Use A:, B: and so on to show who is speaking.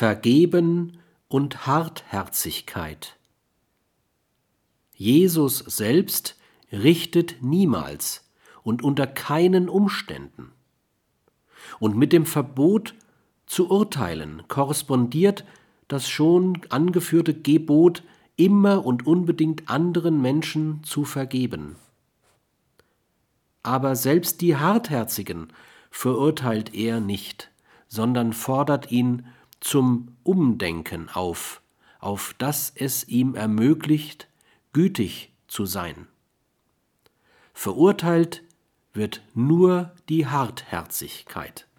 A: Vergeben und Hartherzigkeit. Jesus selbst richtet niemals und unter keinen Umständen. Und mit dem Verbot zu urteilen korrespondiert das schon angeführte Gebot, immer und unbedingt anderen Menschen zu vergeben. Aber selbst die Hartherzigen verurteilt er nicht, sondern fordert ihn zum Umdenken auf dass es ihm ermöglicht, gütig zu sein. Verurteilt wird nur die Hartherzigkeit.